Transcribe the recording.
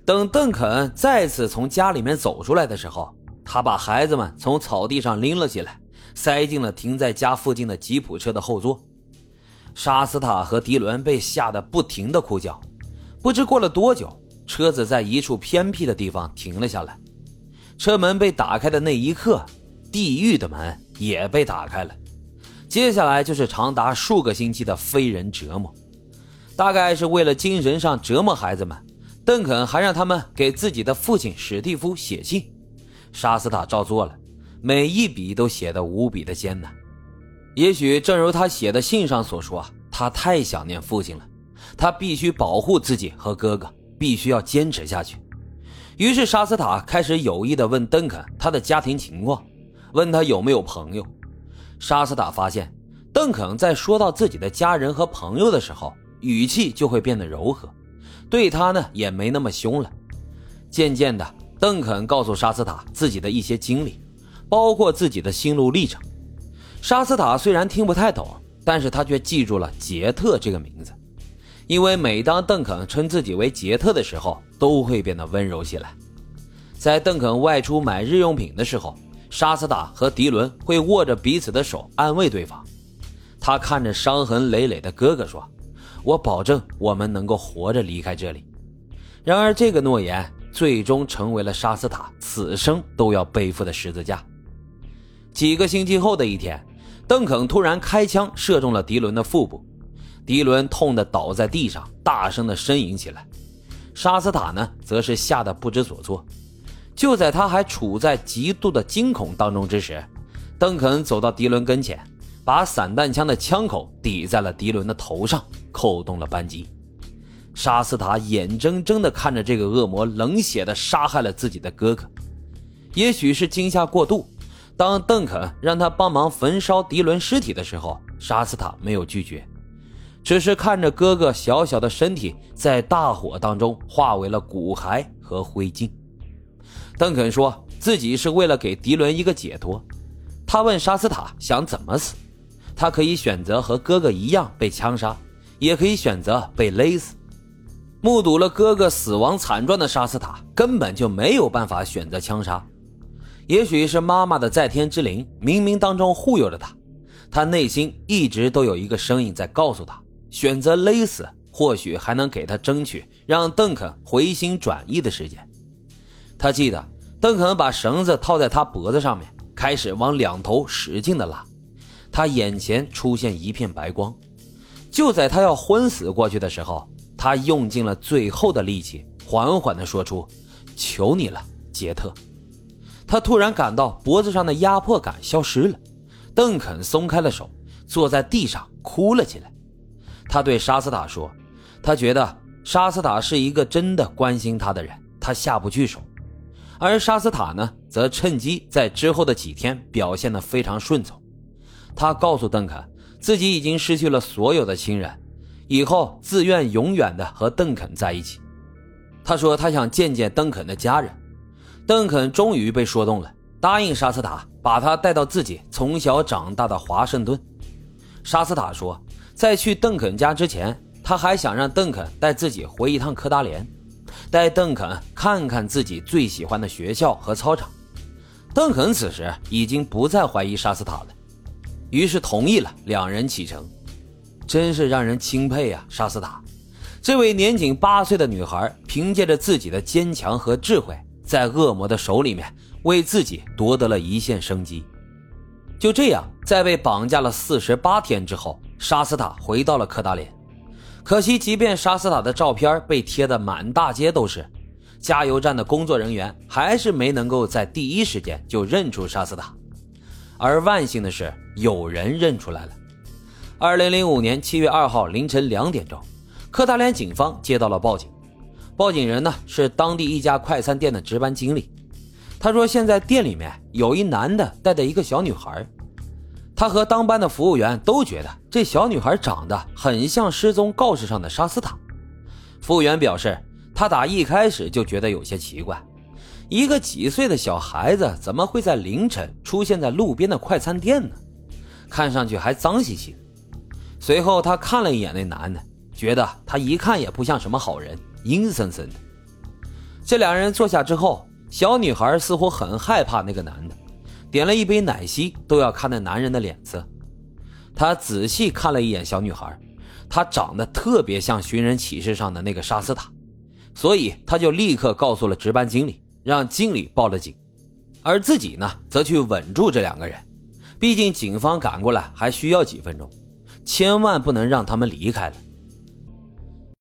等邓肯再次从家里面走出来的时候，他把孩子们从草地上拎了起来，塞进了停在家附近的吉普车的后座。沙斯塔和迪伦被吓得不停地哭叫。不知过了多久，车子在一处偏僻的地方停了下来。车门被打开的那一刻，地狱的门也被打开了。接下来就是长达数个星期的非人折磨。大概是为了精神上折磨孩子们，邓肯还让他们给自己的父亲史蒂夫写信。沙斯塔照做了，每一笔都写得无比的艰难。也许正如他写的信上所说，他太想念父亲了，他必须保护自己和哥哥，必须要坚持下去。于是沙斯塔开始有意地问邓肯他的家庭情况，问他有没有朋友。沙斯塔发现邓肯在说到自己的家人和朋友的时候，语气就会变得柔和，对他呢也没那么凶了。渐渐的，邓肯告诉沙斯塔自己的一些经历，包括自己的心路历程。沙斯塔虽然听不太懂，但是他却记住了杰特这个名字，因为每当邓肯称自己为杰特的时候，都会变得温柔起来。在邓肯外出买日用品的时候，沙斯塔和迪伦会握着彼此的手安慰对方。他看着伤痕累累的哥哥说，我保证我们能够活着离开这里。然而这个诺言最终成为了沙斯塔此生都要背负的十字架。几个星期后的一天，邓肯突然开枪射中了迪伦的腹部，迪伦痛得倒在地上，大声地呻吟起来。沙斯塔呢，则是吓得不知所措。就在他还处在极度的惊恐当中之时，邓肯走到迪伦跟前，把散弹枪的枪口抵在了迪伦的头上，扣动了扳机。沙斯塔眼睁睁地看着这个恶魔冷血地杀害了自己的哥哥。也许是惊吓过度，当邓肯让他帮忙焚烧迪伦尸体的时候，沙斯塔没有拒绝，只是看着哥哥小小的身体在大火当中化为了骨骸和灰烬。邓肯说自己是为了给迪伦一个解脱。他问沙斯塔想怎么死，他可以选择和哥哥一样被枪杀，也可以选择被勒死。目睹了哥哥死亡惨状的沙斯塔根本就没有办法选择枪杀。也许是妈妈的在天之灵冥冥当中护佑着他，他内心一直都有一个声音在告诉他，选择勒死或许还能给他争取让邓肯回心转意的时间。他记得邓肯把绳子套在他脖子上面，开始往两头使劲地拉，他眼前出现一片白光。就在他要昏死过去的时候，他用尽了最后的力气，缓缓地说出，求你了，杰特。他突然感到脖子上的压迫感消失了，邓肯松开了手，坐在地上哭了起来。他对沙斯塔说，他觉得沙斯塔是一个真的关心他的人，他下不去手。而沙斯塔呢，则趁机在之后的几天表现得非常顺从。他告诉邓肯自己已经失去了所有的亲人，以后自愿永远的和邓肯在一起。他说他想见见邓肯的家人。邓肯终于被说动了，答应沙斯塔把他带到自己从小长大的华盛顿。沙斯塔说在去邓肯家之前，他还想让邓肯带自己回一趟科达连，带邓肯看看自己最喜欢的学校和操场。邓肯此时已经不再怀疑沙斯塔了，于是同意了两人启程。真是让人钦佩啊，沙斯塔这位年仅8岁的女孩，凭借着自己的坚强和智慧，在恶魔的手里面为自己夺得了一线生机。就这样，在被绑架了48天之后，沙斯塔回到了科达连。可惜即便沙斯塔的照片被贴得满大街都是，加油站的工作人员还是没能够在第一时间就认出沙斯塔。而万幸的是，有人认出来了。2005年7月2号凌晨2点钟，科达连警方接到了报警。报警人呢是当地一家快餐店的值班经理。他说现在店里面有一男的带着一个小女孩，他和当班的服务员都觉得这小女孩长得很像失踪告示上的沙斯塔。服务员表示他打一开始就觉得有些奇怪，一个几岁的小孩子怎么会在凌晨出现在路边的快餐店呢？看上去还脏兮兮的。随后他看了一眼那男的，觉得他一看也不像什么好人，阴森森的。 这两人坐下之后，小女孩似乎很害怕那个男的，点了一杯奶昔都要看那男人的脸色。她仔细看了一眼小女孩，她长得特别像寻人启事上的那个沙斯塔，所以她就立刻告诉了值班经理，让经理报了警。而自己呢，则去稳住这两个人，毕竟警方赶过来还需要几分钟，千万不能让他们离开了。